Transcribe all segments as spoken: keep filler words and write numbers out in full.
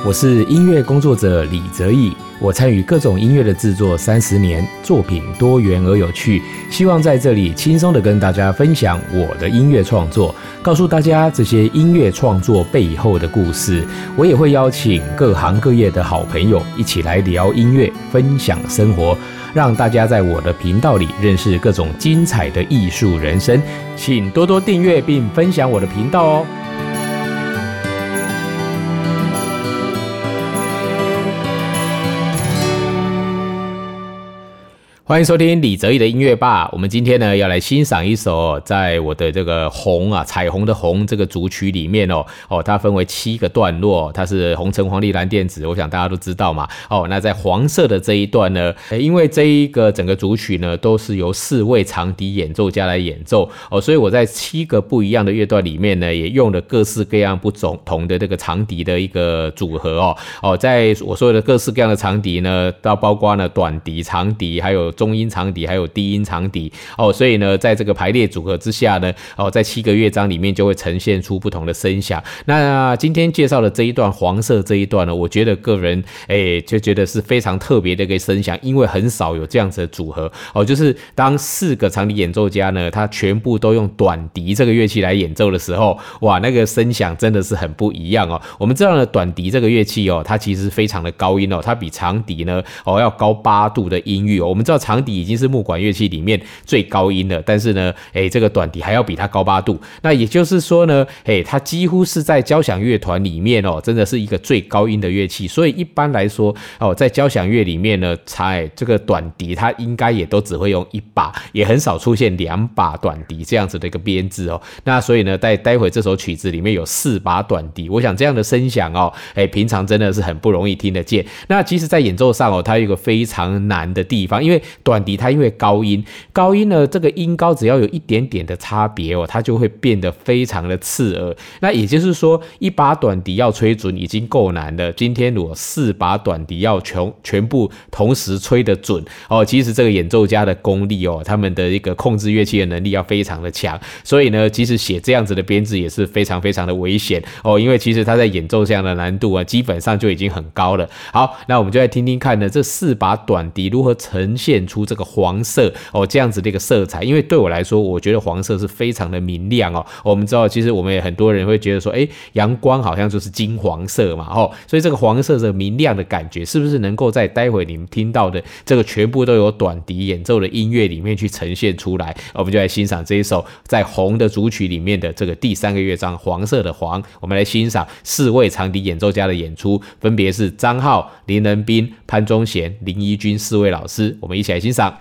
我是音乐工作者李泽义，我参与各种音乐的制作三十年，作品多元而有趣，希望在这里轻松的跟大家分享我的音乐创作，告诉大家这些音乐创作背后的故事。我也会邀请各行各业的好朋友一起来聊音乐，分享生活，让大家在我的频道里认识各种精彩的艺术人生。请多多订阅并分享我的频道哦。欢迎收听李泽义的音乐吧。我们今天呢要来欣赏一首在我的这个红啊彩虹的红这个组曲里面哦哦，它分为七个段落，它是红橙黄绿蓝靛紫，我想大家都知道嘛。哦，那在黄色的这一段呢，因为这一个整个组曲呢都是由四位长笛演奏家来演奏哦，所以我在七个不一样的乐段里面呢，也用了各式各样不同的这个长笛的一个组合哦哦，在我说的各式各样的长笛呢，到包括呢短笛、长笛，还有中音长笛还有低音长笛哦，所以呢，在这个排列组合之下呢，哦，在七个乐章里面就会呈现出不同的声响。那今天介绍的这一段黄色这一段呢，我觉得个人诶就觉得是非常特别的一个声响，因为很少有这样子的组合哦，就是当四个长笛演奏家呢，他全部都用短笛这个乐器来演奏的时候，哇，那个声响真的是很不一样哦。我们知道呢，短笛这个乐器哦，它其实非常的高音哦，它比长笛呢哦要高八度的音域哦。我们知道长笛已经是木管乐器里面最高音了，但是呢，诶，这个短笛还要比它高八度。那也就是说呢，诶，它几乎是在交响乐团里面哦，真的是一个最高音的乐器。所以一般来说哦，在交响乐里面呢，才这个短笛它应该也都只会用一把，也很少出现两把短笛这样子的一个编制哦。那所以呢，在待会这首曲子里面有四把短笛，我想这样的声响哦，诶，平常真的是很不容易听得见。那其实，在演奏上哦，它有一个非常难的地方，因为短笛它因为高音，高音呢这个音高只要有一点点的差别哦，它就会变得非常的刺耳。那也就是说，一把短笛要吹准已经够难了，今天如果四把短笛要全全部同时吹得准哦，其实这个演奏家的功力哦，他们的一个控制乐器的能力要非常的强。所以呢，其实写这样子的编制也是非常非常的危险哦，因为其实他在演奏这样的难度啊，基本上就已经很高了。好，那我们就来听听看呢，这四把短笛如何呈现出这个黄色哦这样子的一个色彩。因为对我来说，我觉得黄色是非常的明亮哦。我们知道，其实我们也很多人会觉得说，哎，阳光好像就是金黄色嘛，哦，所以这个黄色的明亮的感觉，是不是能够在待会你们听到的这个全部都有短笛演奏的音乐里面去呈现出来？我们就来欣赏这一首在红的组曲里面的这个第三个乐章黄色的黄。我们来欣赏四位长笛演奏家的演出，分别是张浩、林仁斌、潘宗贤、林怡君四位老师，我们一起来欣赏。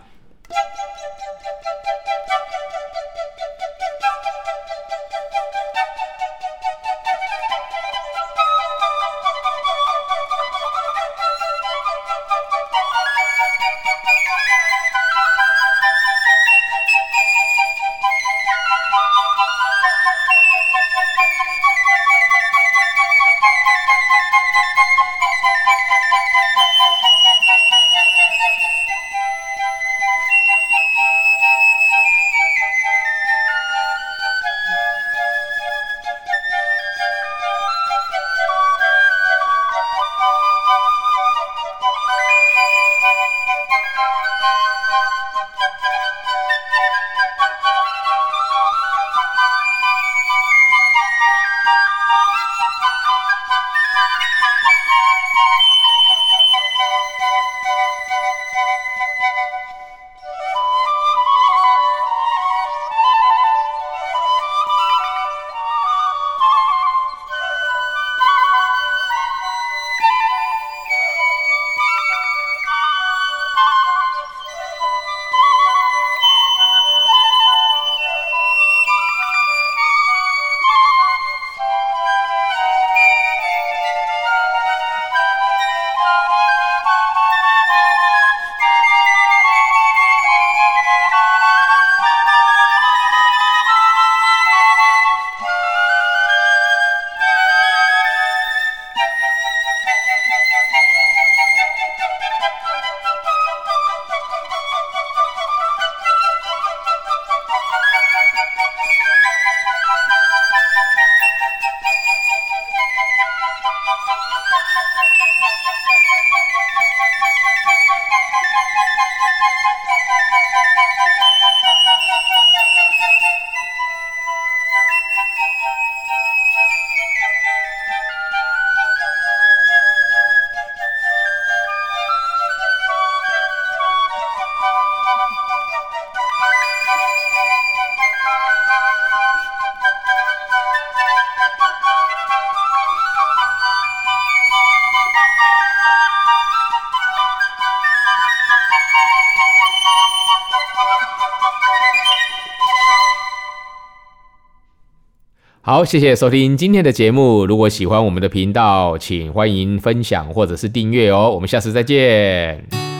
好，谢谢收听今天的节目。如果喜欢我们的频道，请欢迎分享或者是订阅哦。我们下次再见。